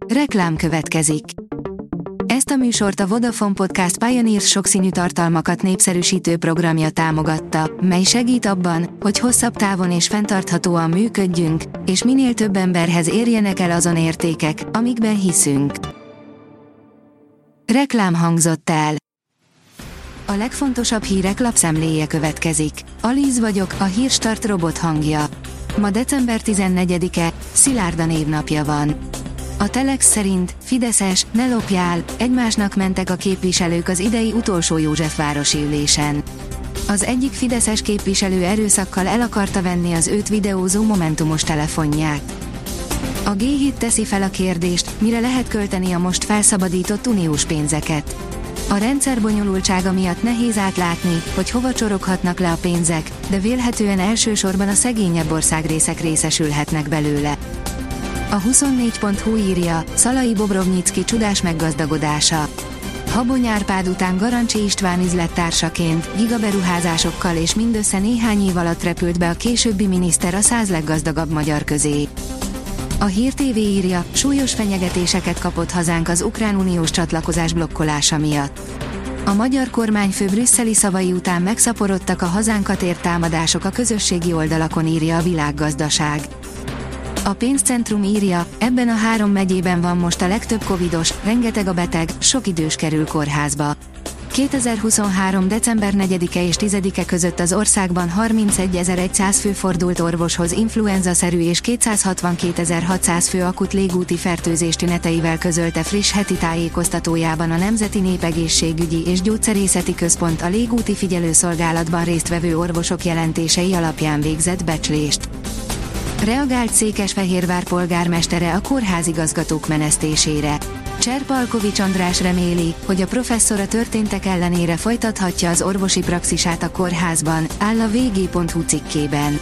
Reklám következik. Ezt a műsort a Vodafone Podcast Pioneers sokszínű tartalmakat népszerűsítő programja támogatta, mely segít abban, hogy hosszabb távon és fenntarthatóan működjünk, és minél több emberhez érjenek el azon értékek, amikben hiszünk. Reklám hangzott el. A legfontosabb hírek lapszemléje következik. Alíz vagyok, a Hírstart robot hangja. Ma december 14-e, Szilárda névnapja van. A Telex szerint, Fideszes, ne lopjál, egymásnak mentek a képviselők az idei utolsó Józsefvárosi ülésen. Az egyik fideszes képviselő erőszakkal el akarta venni az őt videózó momentumos telefonját. A G7 teszi fel a kérdést, mire lehet költeni a most felszabadított uniós pénzeket. A rendszer bonyolultsága miatt nehéz átlátni, hogy hova csoroghatnak le a pénzek, de vélhetően elsősorban a szegényebb országrészek részesülhetnek belőle. A 24.hu írja, Szalai Bobrovnyicki csodás meggazdagodása. Habony Árpád után Garancsi István üzlettársaként, gigaberuházásokkal és mindössze néhány év alatt repült be a későbbi miniszter a 100 leggazdagabb magyar közé. A Hír TV írja, súlyos fenyegetéseket kapott hazánk az ukrán uniós csatlakozás blokkolása miatt. A magyar kormányfő brüsszeli szavai után megszaporodtak a hazánkat ért támadások a közösségi oldalakon, írja a Világgazdaság. A Pénzcentrum írja, ebben a 3 megyében van most a legtöbb covidos, rengeteg a beteg, sok idős kerül kórházba. 2023. december 4-e és 10-e között az országban 31.100 fő fordult orvoshoz influenza-szerű és 262.600 fő akut légúti fertőzés tüneteivel, közölte friss heti tájékoztatójában a Nemzeti Népegészségügyi és Gyógyszerészeti Központ a légúti figyelőszolgálatban résztvevő orvosok jelentései alapján végzett becslést. Reagált Székesfehérvár polgármestere a kórházigazgatók menesztésére. Cserpalkovics András reméli, hogy a professzor a történtek ellenére folytathatja az orvosi praxisát a kórházban, áll a vg.hu cikkében.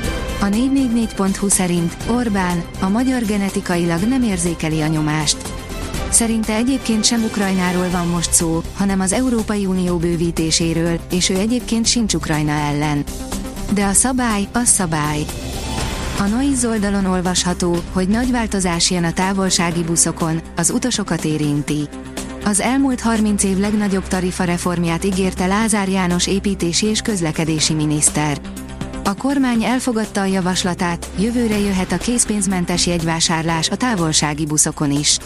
A 444.hu szerint Orbán, a magyar genetikailag nem érzékeli a nyomást. Szerinte egyébként sem Ukrajnáról van most szó, hanem az Európai Unió bővítéséről, és ő egyébként sincs Ukrajna ellen. De a szabály, az szabály. A Noiz oldalon olvasható, hogy nagy változás jön a távolsági buszokon, az utasokat érinti. Az elmúlt 30 év legnagyobb tarifareformját ígérte Lázár János építési és közlekedési miniszter. A kormány elfogadta a javaslatát, jövőre jöhet a készpénzmentes jegyvásárlás a távolsági buszokon is.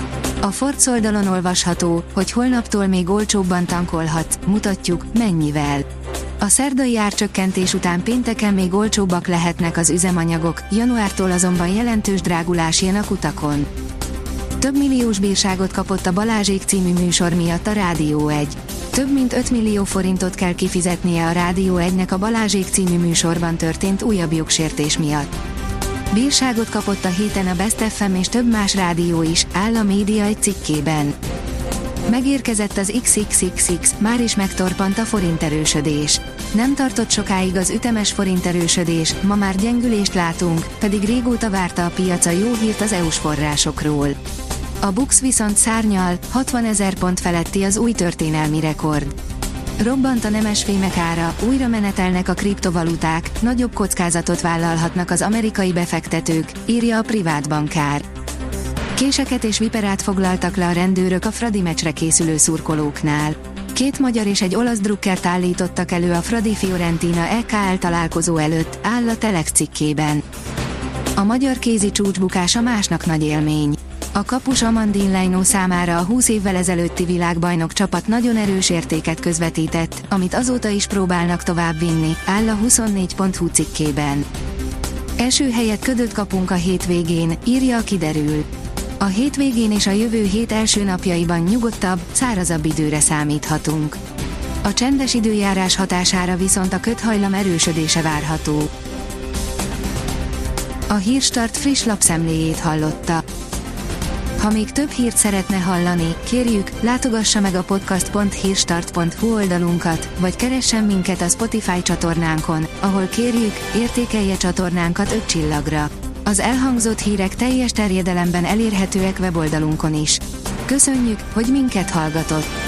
A Ford oldalon olvasható, hogy holnaptól még olcsóbban tankolhatsz, mutatjuk, mennyivel. A szerdai árcsökkentés után pénteken még olcsóbbak lehetnek az üzemanyagok, januártól azonban jelentős drágulás jön a kutakon. Több milliós bírságot kapott a Balázsék című műsor miatt a Rádió 1. Több mint 5 millió forintot kell kifizetnie a Rádió 1-nek a Balázsék című műsorban történt újabb jogsértés miatt. Bírságot kapott a héten a Best FM és több más rádió is, áll a Média egy cikkében. Megérkezett az XXXX, már is megtorpant a forinterősödés. Nem tartott sokáig az ütemes forinterősödés, ma már gyengülést látunk, pedig régóta várta a piac a jó hírt az EU-s forrásokról. A Bux viszont szárnyal, 60 000 pont feletti az új történelmi rekord. Robbant a nemesfémek ára, újra menetelnek a kriptovaluták, nagyobb kockázatot vállalhatnak az amerikai befektetők, írja a Privát Bankár. Késeket és viperát foglaltak le a rendőrök a Fradi meccsre készülő szurkolóknál. 2 magyar és egy olasz drukkert állítottak elő a Fradi-Fiorentina EKL találkozó előtt, áll a Telex cikkében. A magyar kézi csúcsbukása másnak nagy élmény. A kapus Amandine Leino számára a 20 évvel ezelőtti világbajnok csapat nagyon erős értéket közvetített, amit azóta is próbálnak továbbvinni, áll a 24.hu cikkében. Esőhelyett ködöt kapunk a hétvégén, írja a Kiderül. A hétvégén és a jövő hét első napjaiban nyugodtabb, szárazabb időre számíthatunk. A csendes időjárás hatására viszont a ködhajlam erősödése várható. A Hírstart friss lapszemléjét hallotta. Ha még több hírt szeretne hallani, kérjük, látogassa meg a podcast.hírstart.hu oldalunkat, vagy keressen minket a Spotify csatornánkon, ahol kérjük, értékelje csatornánkat 5 csillagra. Az elhangzott hírek teljes terjedelemben elérhetőek weboldalunkon is. Köszönjük, hogy minket hallgatott!